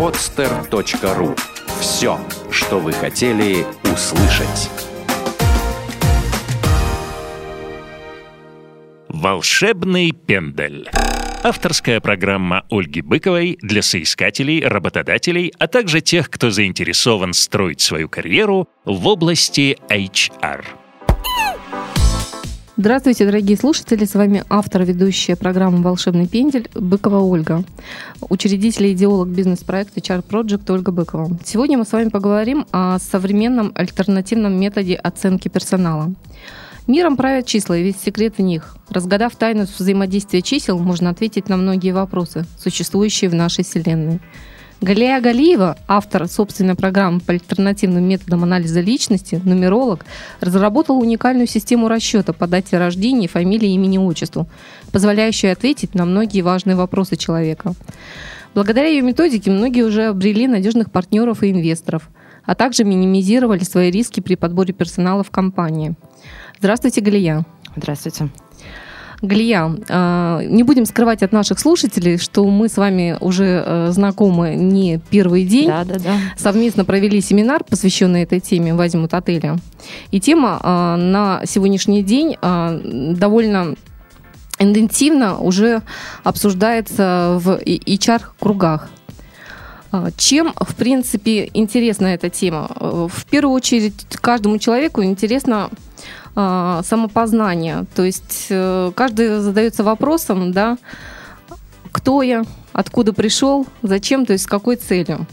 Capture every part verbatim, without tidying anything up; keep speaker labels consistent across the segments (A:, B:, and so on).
A: подстер точка ру. Все, что вы хотели услышать.
B: «Волшебный пендель». Авторская программа Ольги Быковой для соискателей, работодателей, а также тех, кто заинтересован строить свою карьеру в области эйч ар.
C: Здравствуйте, дорогие слушатели! С вами автор, ведущая программы «Волшебный пендель» Быкова Ольга, учредитель и идеолог бизнес-проекта эйч ар Project Ольга Быкова. Сегодня мы с вами поговорим о современном альтернативном методе оценки персонала. Миром правят числа, и весь секрет в них. Разгадав тайну взаимодействия чисел, можно ответить на многие вопросы, существующие в нашей Вселенной. Галия Галиева, автор собственной программы по альтернативным методам анализа личности, нумеролог, разработала уникальную систему расчета по дате рождения, фамилии, имени, отчеству, позволяющую ответить на многие важные вопросы человека. Благодаря ее методике многие уже обрели надежных партнеров и инвесторов, а также минимизировали свои риски при подборе персонала в компании. Здравствуйте, Галия.
D: Здравствуйте.
C: Галия, не будем скрывать от наших слушателей, что мы с вами уже знакомы не первый день.
D: Да, да, да.
C: Совместно провели семинар, посвященный этой теме в Азимут отеле. И тема на сегодняшний день довольно интенсивно уже обсуждается в эйч ар-кругах. Чем, в принципе, интересна эта тема? В первую очередь, каждому человеку интересно самопознание. То есть каждый задается вопросом, да, кто я, откуда пришел, зачем, то есть с какой целью.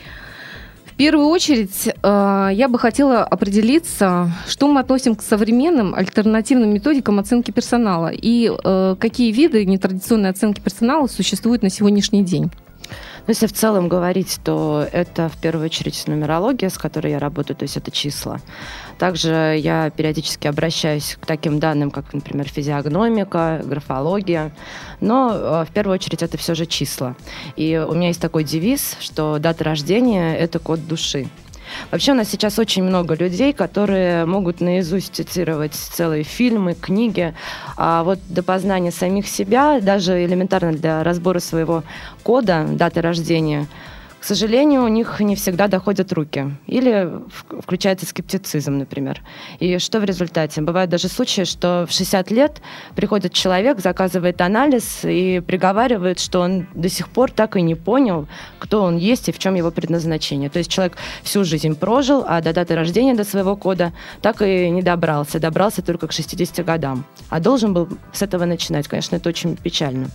C: В первую очередь я бы хотела определиться, что мы относим к современным альтернативным методикам оценки персонала и какие виды нетрадиционной оценки персонала существуют на сегодняшний день.
D: Если в целом говорить, то это в первую очередь нумерология, с которой я работаю, то есть это числа. Также я периодически обращаюсь к таким данным, как, например, физиогномика, графология. Но в первую очередь это все же числа. И у меня есть такой девиз, что дата рождения – это код души. Вообще у нас сейчас очень много людей, которые могут наизусть цитировать целые фильмы, книги, а вот до познания самих себя, даже элементарно для разбора своего кода, даты рождения, к сожалению, у них не всегда доходят руки. Или включается скептицизм, например. И что в результате? Бывают даже случаи, что в шестьдесят лет приходит человек, заказывает анализ и приговаривает, что он до сих пор так и не понял, кто он есть и в чем его предназначение. То есть человек всю жизнь прожил, а до даты рождения, до своего кода так и не добрался. Добрался только к шестидесяти годам. А должен был с этого начинать. Конечно, это очень печально.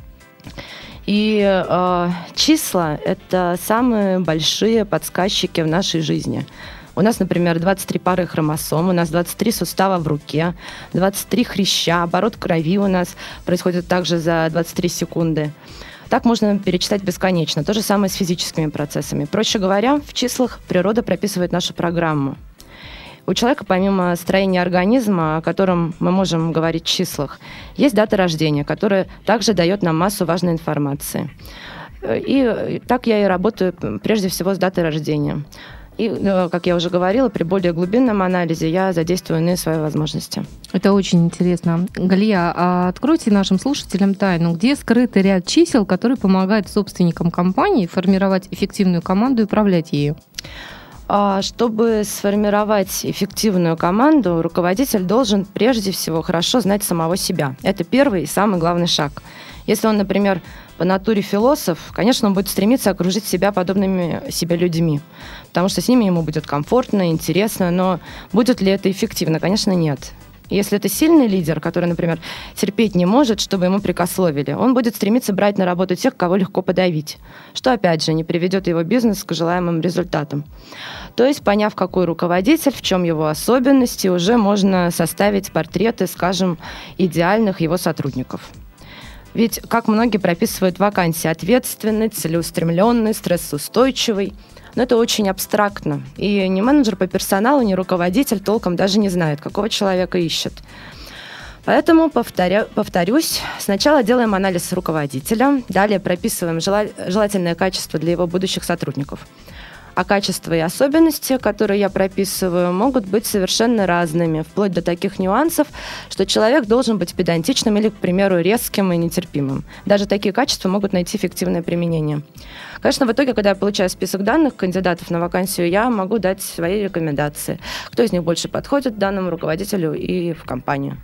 D: И э, числа – это самые большие подсказчики в нашей жизни. У нас, например, двадцать три пары хромосом, у нас двадцать три сустава в руке, двадцать три хряща, оборот крови у нас происходит также за двадцать три секунды. Так можно перечислять бесконечно. То же самое с физическими процессами. Проще говоря, в числах природа прописывает нашу программу. У человека, помимо строения организма, о котором мы можем говорить в числах, есть дата рождения, которая также дает нам массу важной информации. И так я и работаю прежде всего с датой рождения. И, как я уже говорила, при более глубинном анализе я задействую иные свои возможности.
C: Это очень интересно. Галия, а откройте нашим слушателям тайну, где скрытый ряд чисел, который помогает собственникам компании формировать эффективную команду и управлять ею?
D: Чтобы сформировать эффективную команду, руководитель должен прежде всего хорошо знать самого себя. Это первый и самый главный шаг. Если он, например, по натуре философ, конечно, он будет стремиться окружить себя подобными себе людьми, потому что с ними ему будет комфортно, интересно, но будет ли это эффективно? Конечно, нет. Если это сильный лидер, который, например, терпеть не может, чтобы ему прикословили, он будет стремиться брать на работу тех, кого легко подавить, что, опять же, не приведет его бизнес к желаемым результатам. То есть, поняв, какой руководитель, в чем его особенности, уже можно составить портреты, скажем, идеальных его сотрудников. Ведь, как многие прописывают вакансии, ответственный, целеустремленный, стрессоустойчивый, но это очень абстрактно. И ни менеджер по персоналу, ни руководитель толком даже не знает, какого человека ищет. Поэтому, повторя... повторюсь, сначала делаем анализ руководителя, далее прописываем жела... желательное качество для его будущих сотрудников. А качества и особенности, которые я прописываю, могут быть совершенно разными, вплоть до таких нюансов, что человек должен быть педантичным или, к примеру, резким и нетерпимым. Даже такие качества могут найти эффективное применение. Конечно, в итоге, когда я получаю список данных кандидатов на вакансию, я могу дать свои рекомендации, кто из них больше подходит данному руководителю и в компанию.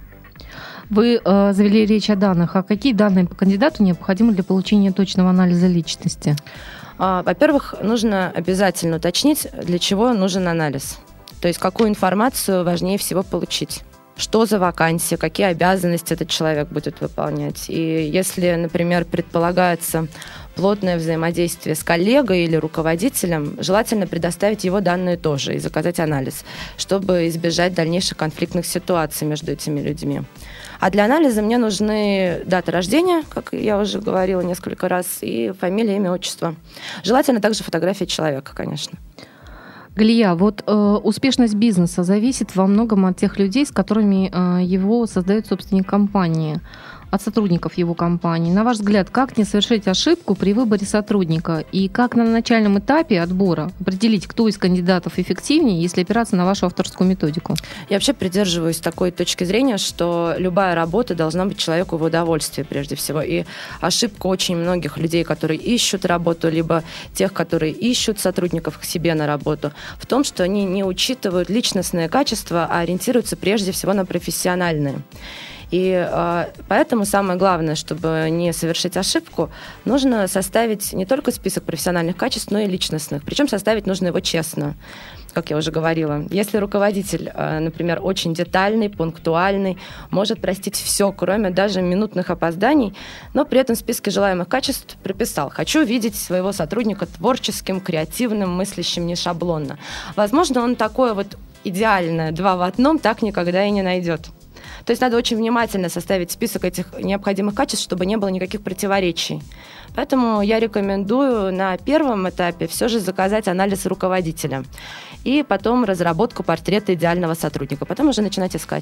C: Вы э, завели речь о данных. А какие данные по кандидату необходимы для получения точного анализа личности?
D: Во-первых, нужно обязательно уточнить, для чего нужен анализ. То есть какую информацию важнее всего получить. Что за вакансия, какие обязанности этот человек будет выполнять. И если, например, предполагается плотное взаимодействие с коллегой или руководителем, желательно предоставить его данные тоже и заказать анализ, чтобы избежать дальнейших конфликтных ситуаций между этими людьми. А для анализа мне нужны дата рождения, как я уже говорила несколько раз, и фамилия, имя, отчество. Желательно также фотография человека, конечно.
C: Галия, вот э, успешность бизнеса зависит во многом от тех людей, с которыми э, его создает собственник компании, от сотрудников его компании. На ваш взгляд, как не совершить ошибку при выборе сотрудника? И как на начальном этапе отбора определить, кто из кандидатов эффективнее, если опираться на вашу авторскую методику?
D: Я вообще придерживаюсь такой точки зрения, что любая работа должна быть человеку в удовольствие прежде всего. И ошибка очень многих людей, которые ищут работу, либо тех, которые ищут сотрудников к себе на работу, в том, что они не учитывают личностные качества, а ориентируются прежде всего на профессиональные. И э, поэтому самое главное, чтобы не совершить ошибку, нужно составить не только список профессиональных качеств, но и личностных. Причем составить нужно его честно, как я уже говорила. Если руководитель, э, например, очень детальный, пунктуальный, может простить все, кроме даже минутных опозданий, но при этом в списке желаемых качеств прописал: «Хочу видеть своего сотрудника творческим, креативным, мыслящим не шаблонно». Возможно, он такое вот идеальное два в одном так никогда и не найдет. То есть надо очень внимательно составить список этих необходимых качеств, чтобы не было никаких противоречий. Поэтому я рекомендую на первом этапе все же заказать анализ руководителя и потом разработку портрета идеального сотрудника. Потом уже начинать искать.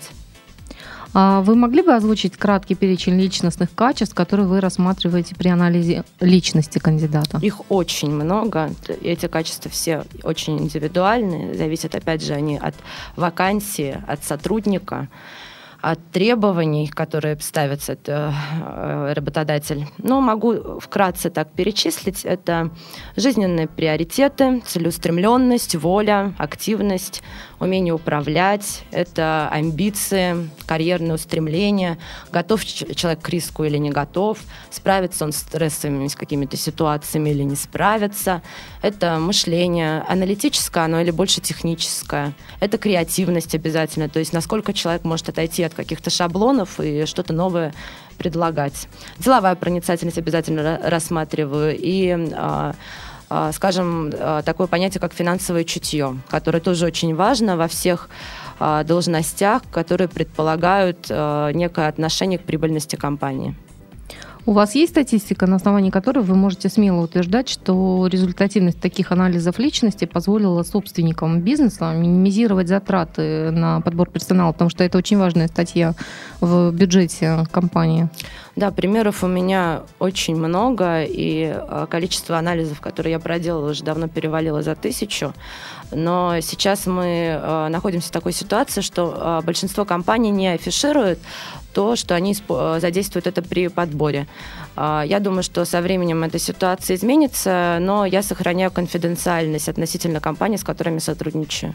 C: А вы могли бы озвучить краткий перечень личностных качеств, которые вы рассматриваете при анализе личности кандидата?
D: Их очень много. Эти качества все очень индивидуальные. Зависят, опять же, они от вакансии, от сотрудника, от требований, которые ставится это, э, работодатель. Но могу вкратце так перечислить. Это жизненные приоритеты, целеустремленность, воля, активность, умение управлять, это амбиции, карьерные устремления, готов человек к риску или не готов, справится он с стрессовыми с какими-то ситуациями или не справится, это мышление, аналитическое оно или больше техническое, это креативность обязательно, то есть насколько человек может отойти от каких-то шаблонов и что-то новое предлагать. Деловая проницательность обязательно рассматриваю и скажем, такое понятие, как финансовое чутье, которое тоже очень важно во всех должностях, которые предполагают некое отношение к прибыльности компании.
C: У вас есть статистика, на основании которой вы можете смело утверждать, что результативность таких анализов личности позволила собственникам бизнеса минимизировать затраты на подбор персонала, потому что это очень важная статья в бюджете компании?
D: Да, примеров у меня очень много, и количество анализов, которые я проделала, уже давно перевалило за тысячу. Но сейчас мы находимся в такой ситуации, что большинство компаний не афишируют то, что они задействуют это при подборе. Я думаю, что со временем эта ситуация изменится, но я сохраняю конфиденциальность относительно компаний, с которыми сотрудничаю.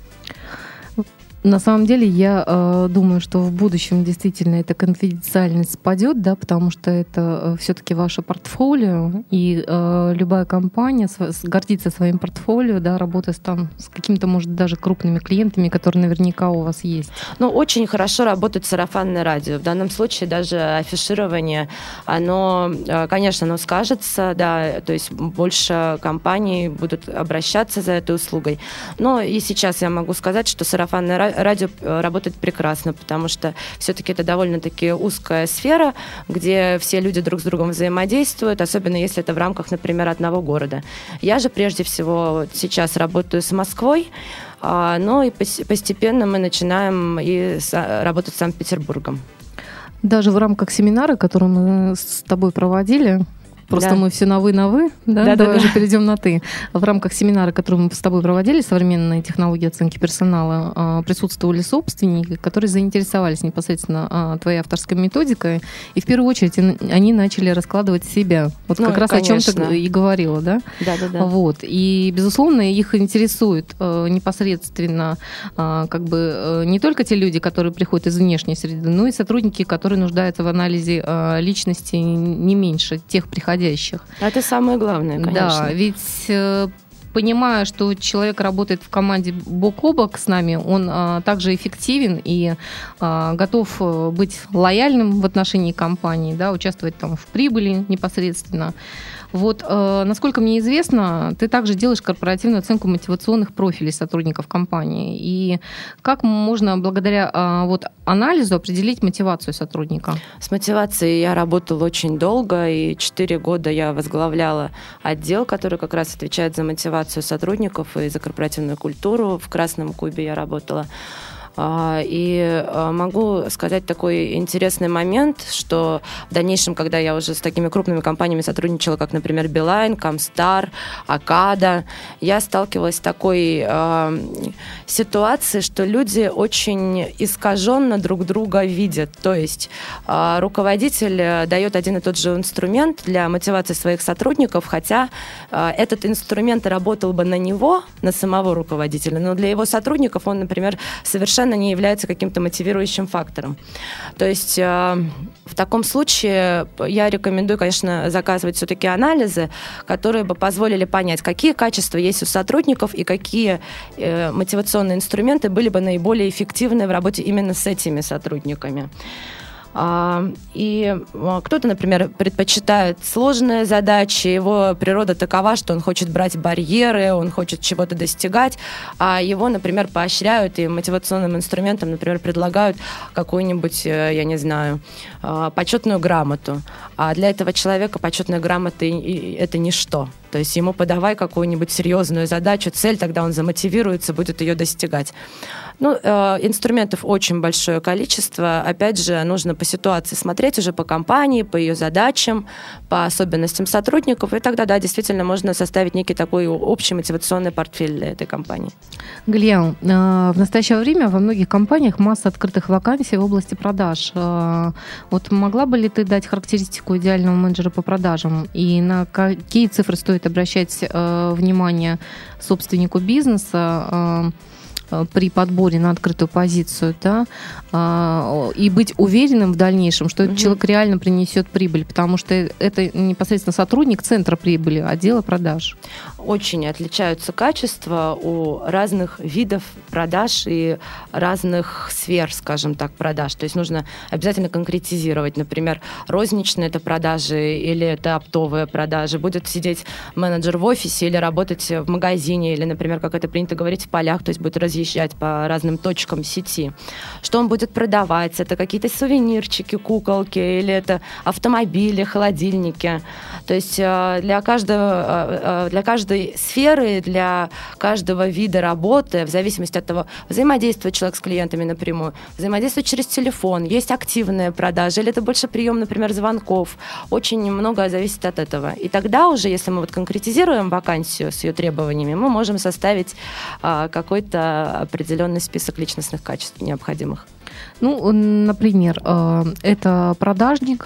C: На самом деле, я э, думаю, что в будущем действительно эта конфиденциальность спадет, да, потому что это э, все-таки ваше портфолио, и э, любая компания с, гордится своим портфолио, да, работая там с какими-то, может, даже крупными клиентами, которые наверняка у вас есть.
D: Ну, очень хорошо работает сарафанное радио. В данном случае даже афиширование, оно, конечно, оно скажется, да, то есть больше компаний будут обращаться за этой услугой. Но и сейчас я могу сказать, что сарафанное радио радио работает прекрасно, потому что все-таки это довольно-таки узкая сфера, где все люди друг с другом взаимодействуют, особенно если это в рамках, например, одного города. Я же прежде всего сейчас работаю с Москвой, но и постепенно мы начинаем и работать с Санкт-Петербургом.
C: Даже в рамках семинара, который мы с тобой проводили, Просто
D: да.
C: мы все на вы, на вы, да?
D: Да,
C: Давай
D: да,
C: уже
D: да.
C: перейдем на ты. В рамках семинара, который мы с тобой проводили, современные технологии оценки персонала, присутствовали собственники, которые заинтересовались непосредственно твоей авторской методикой, и в первую очередь они начали раскладывать себя. Вот ну, как раз конечно. О чем ты и говорила, да?
D: Да, да, да.
C: Вот. И, безусловно, их интересует непосредственно как бы не только те люди, которые приходят из внешней среды, но и сотрудники, которые нуждаются в анализе личности не меньше тех приходящих.
D: Это самое главное, конечно.
C: Да, ведь понимая, что человек работает в команде бок о бок с нами, он а, также эффективен и а, готов быть лояльным в отношении компании, да, участвовать там в прибыли непосредственно. Вот, э, насколько мне известно, ты также делаешь корпоративную оценку мотивационных профилей сотрудников компании. И как можно благодаря э, вот, анализу определить мотивацию сотрудника?
D: С мотивацией я работала очень долго, и четыре года я возглавляла отдел, который как раз отвечает за мотивацию сотрудников и за корпоративную культуру. В Красном Кубе я работала. И могу сказать такой интересный момент, что в дальнейшем, когда я уже с такими крупными компаниями сотрудничала, как, например, Билайн, Камстар, Акада, я сталкивалась с такой э, ситуацией, что люди очень искаженно друг друга видят. То есть э, руководитель дает один и тот же инструмент для мотивации своих сотрудников, хотя э, этот инструмент работал бы на него, на самого руководителя, но для его сотрудников он, например, совершенно не является каким-то мотивирующим фактором. То есть э, в таком случае я рекомендую, конечно, заказывать все-таки анализы, которые бы позволили понять, какие качества есть у сотрудников и какие э, мотивационные инструменты были бы наиболее эффективны в работе именно с этими сотрудниками. И кто-то, например, предпочитает сложные задачи, его природа такова, что он хочет брать барьеры, он хочет чего-то достигать, а его, например, поощряют и мотивационным инструментом, например, предлагают какую-нибудь, я не знаю, почетную грамоту. А для этого человека почетная грамота – это ничто. То есть ему подавай какую-нибудь серьезную задачу, цель, тогда он замотивируется, будет ее достигать. Ну, э, инструментов очень большое количество. Опять же, нужно по ситуации смотреть уже по компании, по ее задачам, по особенностям сотрудников. И тогда, да, действительно можно составить некий такой общий мотивационный портфель для этой компании.
C: Галия, э, в настоящее время во многих компаниях масса открытых вакансий в области продаж. Э, вот могла бы ли ты дать характеристику идеального менеджера по продажам? И на какие цифры стоит обращать э, внимание собственнику бизнеса э, при подборе на открытую позицию, да, э, и быть уверенным в дальнейшем, что этот mm-hmm. человек реально принесет прибыль, потому что это непосредственно сотрудник центра прибыли, отдела продаж.
D: Очень отличаются качества у разных видов продаж и разных сфер, скажем так, продаж. То есть нужно обязательно конкретизировать. Например, розничные это продажи или это оптовые продажи. Будет сидеть менеджер в офисе или работать в магазине, или, например, как это принято говорить, в полях, то есть будет разъезжать по разным точкам сети. Что он будет продавать? Это какие-то сувенирчики, куколки, или это автомобили, холодильники. То есть для каждого, для каждой сферы, для каждого вида работы, в зависимости от того, взаимодействует человек с клиентами напрямую, взаимодействует через телефон, есть активные продажи, или это больше прием, например, звонков. Очень много зависит от этого. И тогда уже, если мы вот конкретизируем вакансию с ее требованиями, мы можем составить а, какой-то определенный список личностных качеств необходимых.
C: Ну, например, это продажник,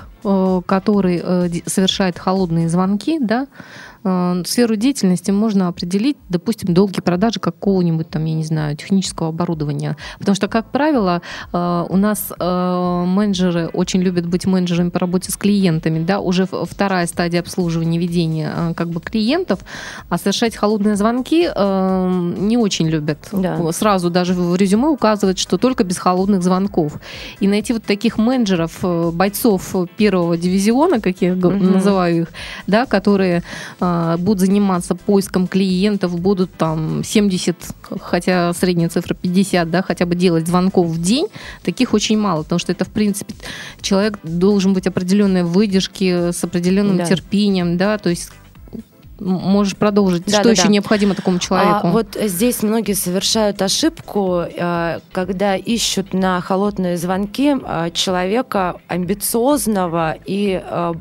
C: который совершает холодные звонки, да. Сферу деятельности можно определить, допустим, долгие продажи какого-нибудь там, я не знаю, технического оборудования. Потому что, как правило, у нас менеджеры очень любят быть менеджерами по работе с клиентами, да, уже вторая стадия обслуживания, ведения как бы клиентов, а совершать холодные звонки не очень любят. Да. Сразу даже в резюме указывают, что только без холодных звонков. И найти вот таких менеджеров, бойцов первого дивизиона, как я угу. называю их, да, которые будут заниматься поиском клиентов, будут там семьдесят, хотя средняя цифра пятьдесят, да, хотя бы делать звонков в день, таких очень мало, потому что это, в принципе, человек должен быть определенной выдержки, с определенным да. терпением, да, то есть можешь продолжить.
D: Да,
C: что
D: да,
C: еще
D: да.
C: необходимо такому человеку?
D: А, вот здесь многие совершают ошибку, когда ищут на холодные звонки человека амбициозного и,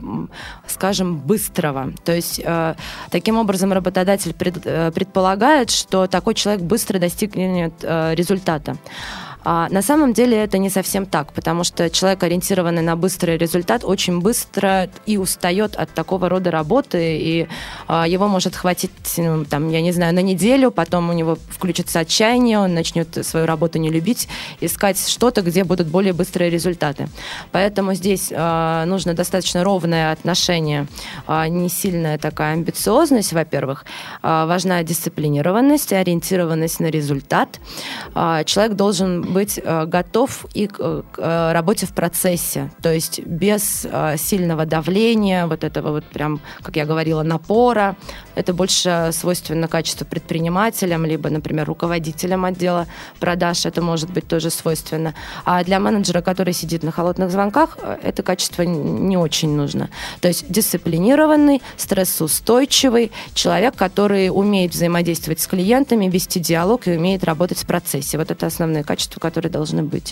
D: скажем, быстрого. То есть таким образом работодатель предполагает, что такой человек быстро достигнет результата. А на самом деле это не совсем так, потому что человек, ориентированный на быстрый результат, очень быстро и устает от такого рода работы, и а, его может хватить, ну, там, я не знаю, на неделю, потом у него включится отчаяние, он начнет свою работу не любить, искать что-то, где будут более быстрые результаты. Поэтому здесь а, нужно достаточно ровное отношение, а, не сильная такая амбициозность, во-первых, а, важна дисциплинированность, ориентированность на результат. А, человек должен быть э, готов и к, к э, работе в процессе, то есть без э, сильного давления, вот этого вот прям, как я говорила, напора. Это больше свойственно качеству предпринимателям, либо, например, руководителям отдела продаж, это может быть тоже свойственно. А для менеджера, который сидит на холодных звонках, это качество не очень нужно. То есть дисциплинированный, стрессоустойчивый человек, который умеет взаимодействовать с клиентами, вести диалог и умеет работать в процессе. Вот это основные качества, которые должны быть.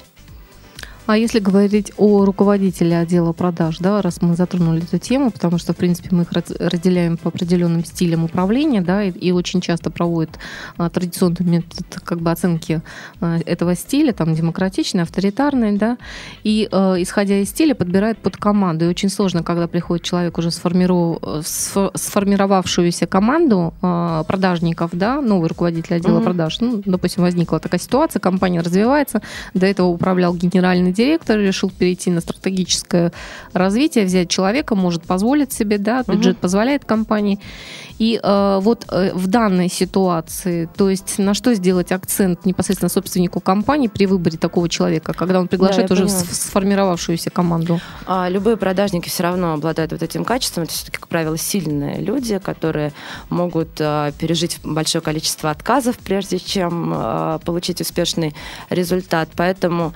C: А если говорить о руководителе отдела продаж, да, раз мы затронули эту тему, потому что, в принципе, мы их разделяем по определенным стилям управления, да, и, и очень часто проводят а, традиционный метод как бы оценки а, этого стиля, там, демократичный, авторитарный, да, и, а, исходя из стиля, подбирают под команду. И очень сложно, когда приходит человек, уже сформиров... сформировавшуюся команду а, продажников, да, новый руководитель отдела mm-hmm. продаж. Ну, допустим, возникла такая ситуация, компания развивается, до этого управлял генеральный директор, решил перейти на стратегическое развитие, взять человека, может позволить себе, да, бюджет uh-huh. позволяет компании. И э, вот э, в данной ситуации, то есть на что сделать акцент непосредственно собственнику компании при выборе такого человека, когда он приглашает да, уже поняла. сформировавшуюся команду?
D: А, любые продажники все равно обладают вот этим качеством. Это все-таки, как правило, сильные люди, которые могут а, пережить большое количество отказов, прежде чем а, получить успешный результат. Поэтому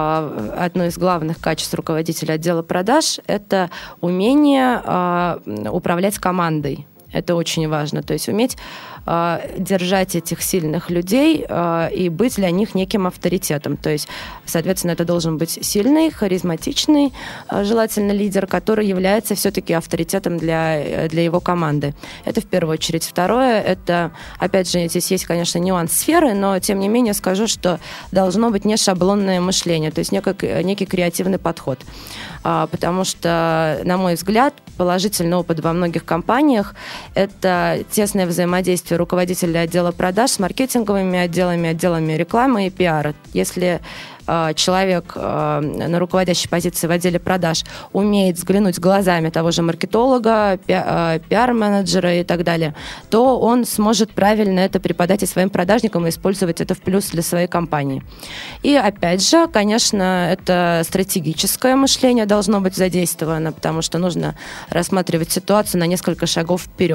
D: а, одно из главных качеств руководителя отдела продаж – это умение а, управлять командой. Это очень важно. То есть уметь э, держать этих сильных людей э, и быть для них неким авторитетом. То есть, соответственно, это должен быть сильный, харизматичный, э, желательно лидер, который является все-таки авторитетом для, для его команды. Это в первую очередь. Второе, это, опять же, здесь есть, конечно, нюанс сферы, но, тем не менее, скажу, что должно быть не шаблонное мышление, то есть некий, некий креативный подход. Э, потому что, на мой взгляд, положительный опыт во многих компаниях – это тесное взаимодействие руководителя отдела продаж с маркетинговыми отделами, отделами рекламы и пиара. Если э, человек э, на руководящей позиции в отделе продаж умеет взглянуть глазами того же маркетолога, пи- э, пиар-менеджера и так далее, то он сможет правильно это преподать и своим продажникам и использовать это в плюс для своей компании. И опять же, конечно, это стратегическое мышление должно быть задействовано, потому что нужно рассматривать ситуацию на несколько шагов вперед.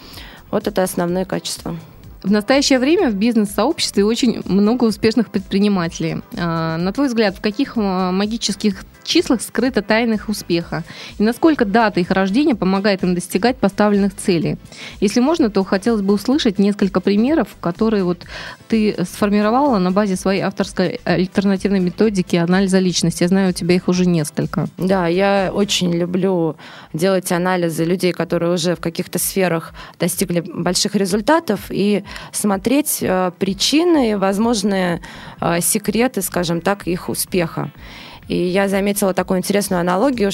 D: Вот это основные качества.
C: В настоящее время в бизнес-сообществе очень много успешных предпринимателей. На твой взгляд, в каких магических числах скрыта тайна их успеха? И насколько дата их рождения помогает им достигать поставленных целей? Если можно, то хотелось бы услышать несколько примеров, которые вот ты сформировала на базе своей авторской альтернативной методики анализа личности. Я знаю, у тебя их уже несколько.
D: Да, я очень люблю делать анализы людей, которые уже в каких-то сферах достигли больших результатов, и смотреть э, причины и возможные э, секреты, скажем так, их успеха. И я заметила такую интересную аналогию,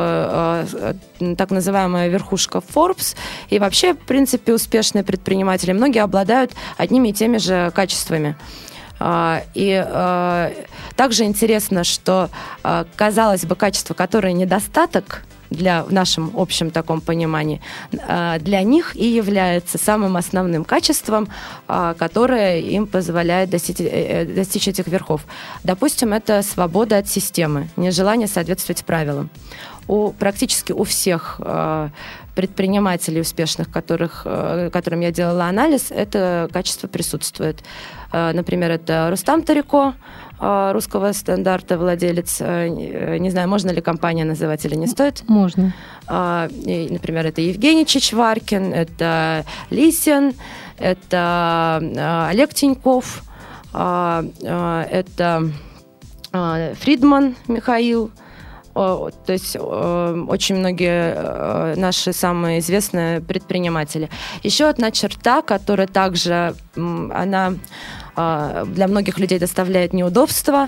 D: что э, так называемая верхушка Forbes и вообще, в принципе, успешные предприниматели, многие обладают одними и теми же качествами. Uh, и uh, также интересно, что, uh, казалось бы, качество, которое недостаток для, в нашем общем таком понимании, uh, для них и является самым основным качеством, uh, которое им позволяет достичь, uh, достичь этих верхов. Допустим, это свобода от системы, нежелание соответствовать правилам. У, практически у всех э, предпринимателей успешных, которых, которым я делала анализ, это качество присутствует. Например, это Рустам Тарико, русского стандарта, владелец, не знаю, можно ли компания называть или не стоит.
C: Можно.
D: Например, это Евгений Чичваркин, это Лисин, это Олег Тиньков, это Фридман Михаил. То есть очень многие наши самые известные предприниматели. Еще одна черта, которая также она для многих людей доставляет неудобства,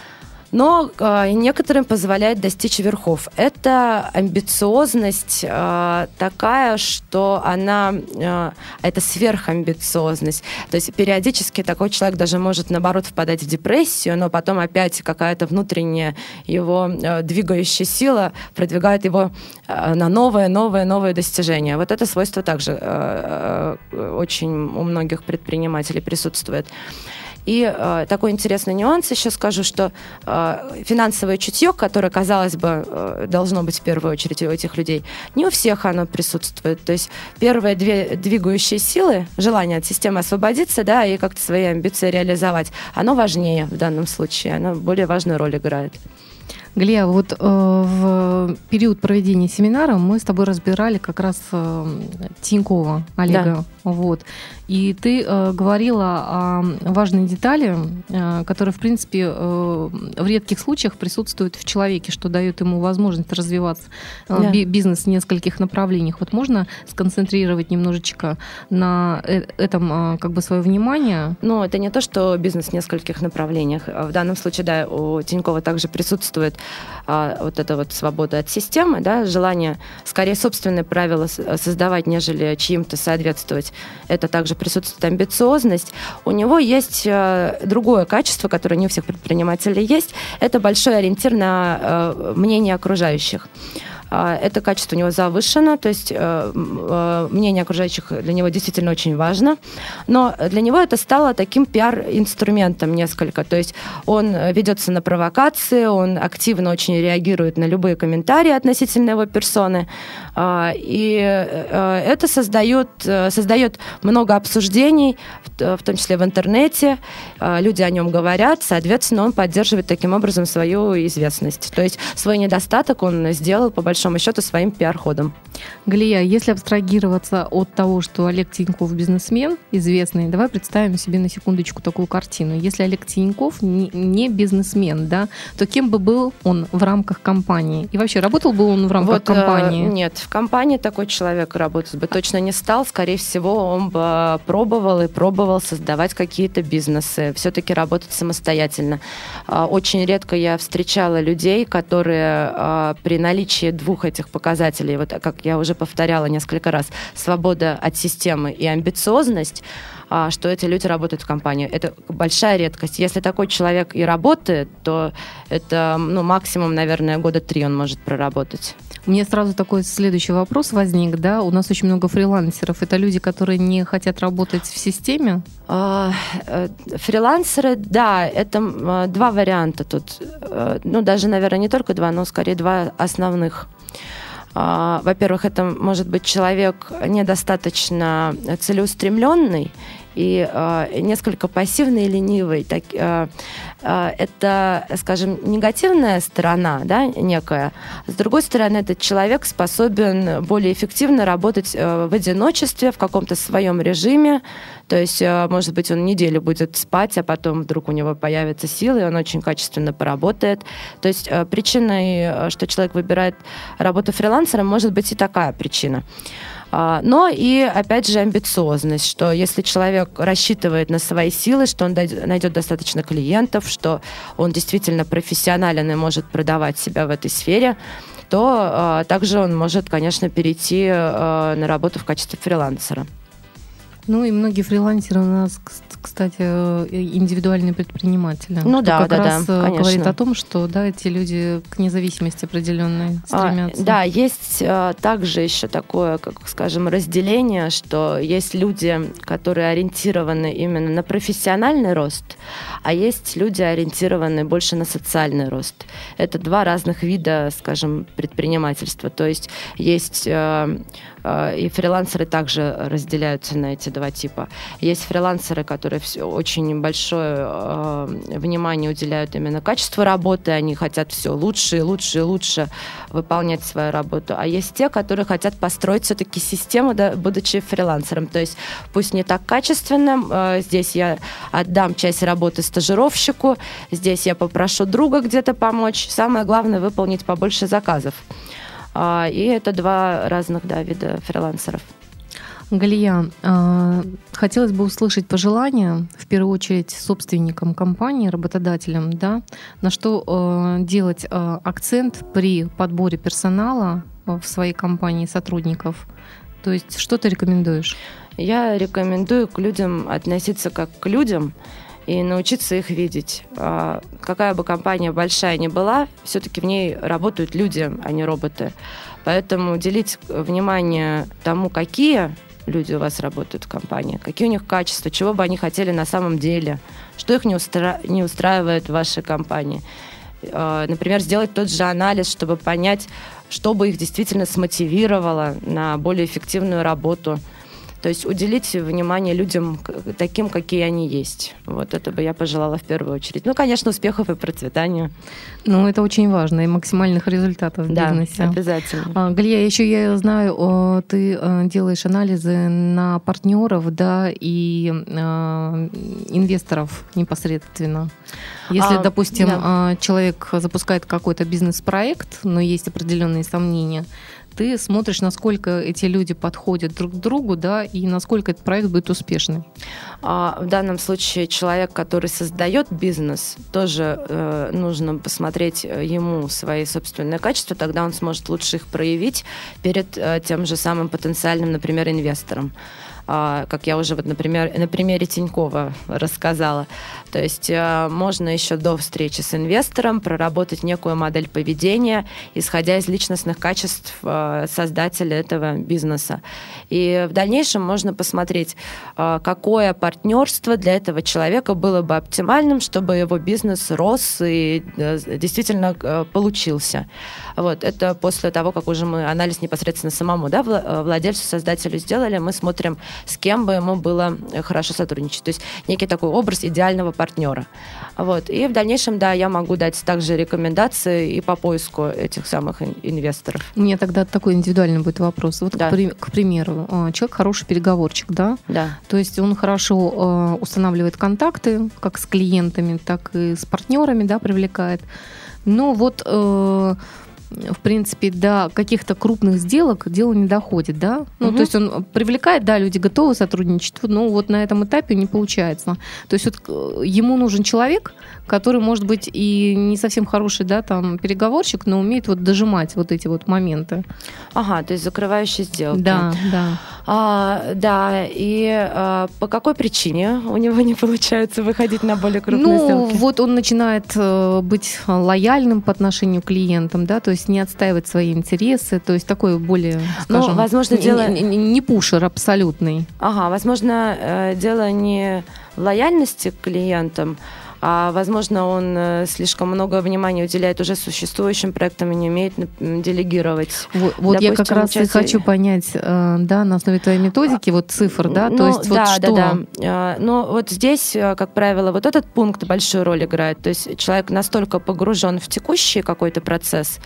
D: но э, некоторым позволяет достичь верхов. Это амбициозность э, такая, что она... Э, это сверхамбициозность. То есть периодически такой человек даже может, наоборот, впадать в депрессию, но потом опять какая-то внутренняя его э, двигающая сила продвигает его э, на новые, новые, новые достижения. Вот это свойство также э, э, очень у многих предпринимателей присутствует. И э, такой интересный нюанс еще скажу, что э, финансовое чутье, которое, казалось бы, э, должно быть в первую очередь у этих людей, не у всех оно присутствует. То есть первые две двигающие силы, желание от системы освободиться, да, и как-то свои амбиции реализовать, оно важнее в данном случае, оно более важную роль играет.
C: Галия, вот э, в период проведения семинара мы с тобой разбирали как раз э, Тинькова Олега. Да. Вот. И ты э, говорила о важной детали, э, которая, в принципе, э, в редких случаях присутствует в человеке, что дает ему возможность развиваться э, да. бизнес в нескольких направлениях. Вот можно сконцентрировать немножечко на этом э, как бы свое внимание?
D: Ну, это не то, что бизнес в нескольких направлениях. В данном случае, да, у Тинькова также присутствует а, вот эта вот свобода от системы, да, желание скорее собственные правила создавать, нежели чьим-то соответствовать. Это также присутствует амбициозность. У него есть а, другое качество, которое не у всех предпринимателей есть. Это большой ориентир на а, мнение окружающих. Это качество у него завышено, то есть э, мнение окружающих для него действительно очень важно, но для него это стало таким пиар-инструментом несколько, то есть он ведется на провокации, он активно очень реагирует на любые комментарии относительно его персоны, э, и э, это создает, э, создает много обсуждений, в, в том числе в интернете, э, люди о нем говорят, соответственно, он поддерживает таким образом свою известность, то есть свой недостаток он сделал по большому большому счету своим пиар-ходом.
C: Галия, если абстрагироваться от того, что Олег Тиньков бизнесмен известный, давай представим себе на секундочку такую картину. Если Олег Тиньков не бизнесмен, да, то кем бы был он в рамках компании? И вообще, работал бы он в рамках
D: вот,
C: компании?
D: Э, нет, в компании такой человек работать бы точно не стал. Скорее всего, он бы пробовал и пробовал создавать какие-то бизнесы, все-таки работать самостоятельно. Очень редко я встречала людей, которые при наличии двух этих показателей, вот как я уже повторяла несколько раз, свобода от системы и амбициозность, что эти люди работают в компании. Это большая редкость. Если такой человек и работает, то это ну, максимум, наверное, года три он может проработать.
C: У меня сразу такой следующий вопрос возник. Да? У нас очень много фрилансеров. Это люди, которые не хотят работать в системе?
D: Фрилансеры, да, это два варианта тут. Ну, даже, наверное, не только два, но скорее два основных. Во-первых, это может быть человек недостаточно целеустремленный и э, несколько пассивный и ленивый. Так, э, э, это, скажем, негативная сторона, да, некая. С другой стороны, этот человек способен более эффективно работать э, в одиночестве, в каком-то своем режиме. То есть, э, может быть, он неделю будет спать, а потом вдруг у него появятся силы, и он очень качественно поработает. То есть э, причиной, что человек выбирает работу фрилансером, может быть и такая причина. Но и, опять же, амбициозность, что если человек рассчитывает на свои силы, что он найдет достаточно клиентов, что он действительно профессионален и может продавать себя в этой сфере, то также он может, конечно, перейти на работу в качестве фрилансера.
C: Ну и многие фрилансеры у нас, кстати, индивидуальные предприниматели.
D: Ну да,
C: как
D: да,
C: раз
D: да, конечно.
C: Говорит о том, что да, эти люди к независимости определенной стремятся.
D: А, да, есть а, также еще такое, как скажем, разделение, что есть люди, которые ориентированы именно на профессиональный рост, а есть люди, ориентированные больше на социальный рост. Это два разных вида, скажем, предпринимательства. То есть есть а, И фрилансеры также разделяются на эти два типа. Есть фрилансеры, которые все, очень большое внимание уделяют именно качеству работы, они хотят все лучше и лучше и лучше выполнять свою работу. А есть те, которые хотят построить все-таки систему, да, будучи фрилансером. То есть пусть не так качественно, здесь я отдам часть работы стажировщику, здесь я попрошу друга где-то помочь. Самое главное — выполнить побольше заказов. И это два разных, да, вида фрилансеров.
C: Галия, хотелось бы услышать пожелания, в первую очередь, собственникам компании, работодателям, да, на что делать акцент при подборе персонала в своей компании, сотрудников. То есть что ты рекомендуешь? Я рекомендую к людям относиться как к людям и научиться их видеть. Какая бы компания большая ни была, все-таки в ней работают люди, а не роботы. Поэтому уделить внимание тому, какие люди у вас работают в компании, какие у них качества, чего бы они хотели на самом деле, что их не, устра... не устраивает в вашей компании. Например, сделать тот же анализ, чтобы понять, что бы их действительно смотивировало на более эффективную работу. То есть уделить внимание людям таким, какие они есть. Вот это бы я пожелала в первую очередь. Ну, конечно, успехов и процветания. Ну, это очень важно, и максимальных результатов в да, бизнесе. Да, обязательно. Галия, еще я знаю, ты делаешь анализы на партнеров, да, и э, инвесторов непосредственно. Если, а, допустим, да. человек запускает какой-то бизнес-проект, но есть определенные сомнения, ты смотришь, насколько эти люди подходят друг к другу, да, и насколько этот проект будет успешным. А, в данном случае человек, который создает бизнес, тоже э, нужно посмотреть ему свои собственные качества, тогда он сможет лучше их проявить перед э, тем же самым потенциальным, например, инвестором. Как я уже, вот, например, на примере Тинькова рассказала. То есть можно еще до встречи с инвестором проработать некую модель поведения, исходя из личностных качеств создателя этого бизнеса. И в дальнейшем можно посмотреть, какое партнерство для этого человека было бы оптимальным, чтобы его бизнес рос и действительно получился. Вот. Это после того, как уже мы анализ непосредственно самому, да, владельцу, создателю сделали, мы смотрим, с кем бы ему было хорошо сотрудничать. То есть некий такой образ идеального партнера. Вот. И в дальнейшем, да, я могу дать также рекомендации и по поиску этих самых инвесторов. У меня тогда такой индивидуальный будет вопрос. Вот, да. к, к примеру, человек хороший переговорщик, да? Да. То есть он хорошо устанавливает контакты, как с клиентами, так и с партнерами, да, привлекает. Но вот... в принципе, до каких-то крупных сделок дело не доходит, да? Ну, угу. То есть он привлекает, да, люди готовы сотрудничать, но вот на этом этапе не получается. То есть вот ему нужен человек, который, может быть, и не совсем хороший, да, там, переговорщик, но умеет вот дожимать вот эти вот моменты. Ага, то есть закрывающие сделки. Да, да. А, да, и а, по какой причине у него не получается выходить на более крупные ну, сделки? Ну, вот он начинает э, быть лояльным по отношению к клиентам, да, то есть не отстаивать свои интересы, то есть такой более, скажем, ну, возможно, дело... не, не, не пушер абсолютный. Ага, возможно, э, дело не в лояльности к клиентам, а, возможно, он слишком много внимания уделяет уже существующим проектам и не умеет делегировать. Вот, вот Допустим, я как раз часть... и хочу понять, да, на основе твоей методики, вот цифр, да, ну, то есть да, вот что? Да, да. Но вот здесь, как правило, вот этот пункт большую роль играет. То есть человек настолько погружен в текущий какой-то процесс,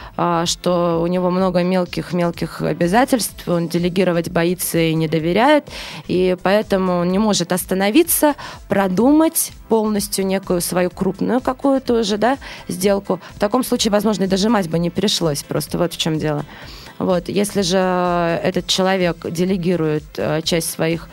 C: что у него много мелких-мелких обязательств, он делегировать боится и не доверяет, и поэтому он не может остановиться, продумать полностью некую свою крупную какую-то уже, да, сделку. В таком случае, возможно, и дожимать бы не пришлось, просто вот в чем дело. Вот. Если же этот человек делегирует часть своих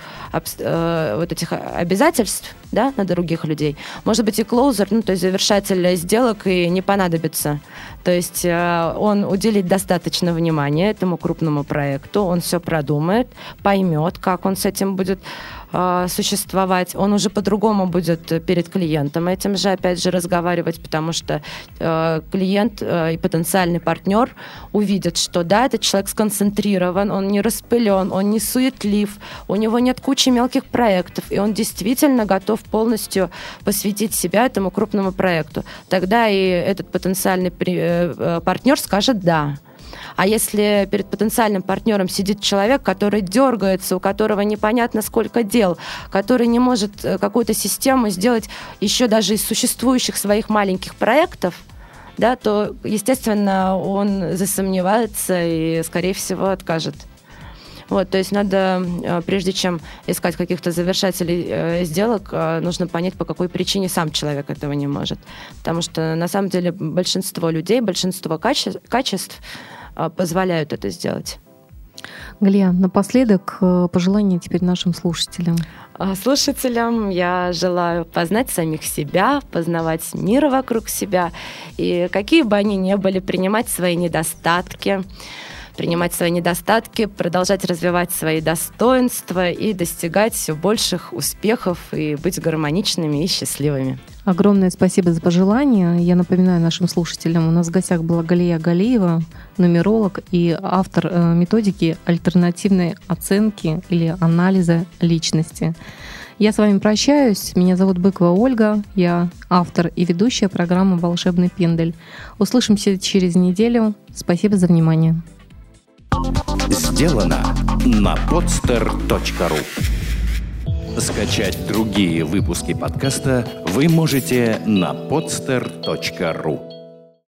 C: э, вот этих обязательств, да, на других людей, может быть и клоузер, ну, то есть завершатель сделок и не понадобится. То есть э, он уделит достаточно внимания этому крупному проекту, он все продумает, поймет, как он с этим будет э, существовать, он уже по-другому будет перед клиентом этим же, опять же, разговаривать, потому что э, клиент э, и потенциальный партнер увидят, что да, этот человек сконцентрирован, он не распылен, он не суетлив, у него нет кучи мелких проектов, и он действительно готов полностью посвятить себя этому крупному проекту. Тогда и этот потенциальный партнер скажет «да».
D: А если перед потенциальным партнером сидит человек, который дергается, у которого непонятно сколько дел, который не может какую-то систему сделать еще даже из существующих своих маленьких проектов, да, то, естественно, он засомневается и, скорее всего, откажет. Вот, то есть надо, прежде чем искать каких-то завершателей э, сделок, э, нужно понять, по какой причине сам человек этого не может. Потому что, на самом деле, большинство людей, большинство каче- качеств э, позволяют это сделать.
C: Галия, напоследок пожелания теперь нашим слушателям.
D: Слушателям я желаю познать самих себя, познавать мир вокруг себя, и какие бы они ни были, принимать свои недостатки, принимать свои недостатки, продолжать развивать свои достоинства и достигать все больших успехов и быть гармоничными и счастливыми.
C: Огромное спасибо за пожелания. Я напоминаю нашим слушателям, у нас в гостях была Галия Галиева, нумеролог и автор методики альтернативной оценки или анализа личности. Я с вами прощаюсь. Меня зовут Быкова Ольга. Я автор и ведущая программы «Волшебный пендель». Услышимся через неделю. Спасибо за внимание.
A: Сделано на подстер точка ру. Скачать другие выпуски подкаста вы можете на подстер точка ру.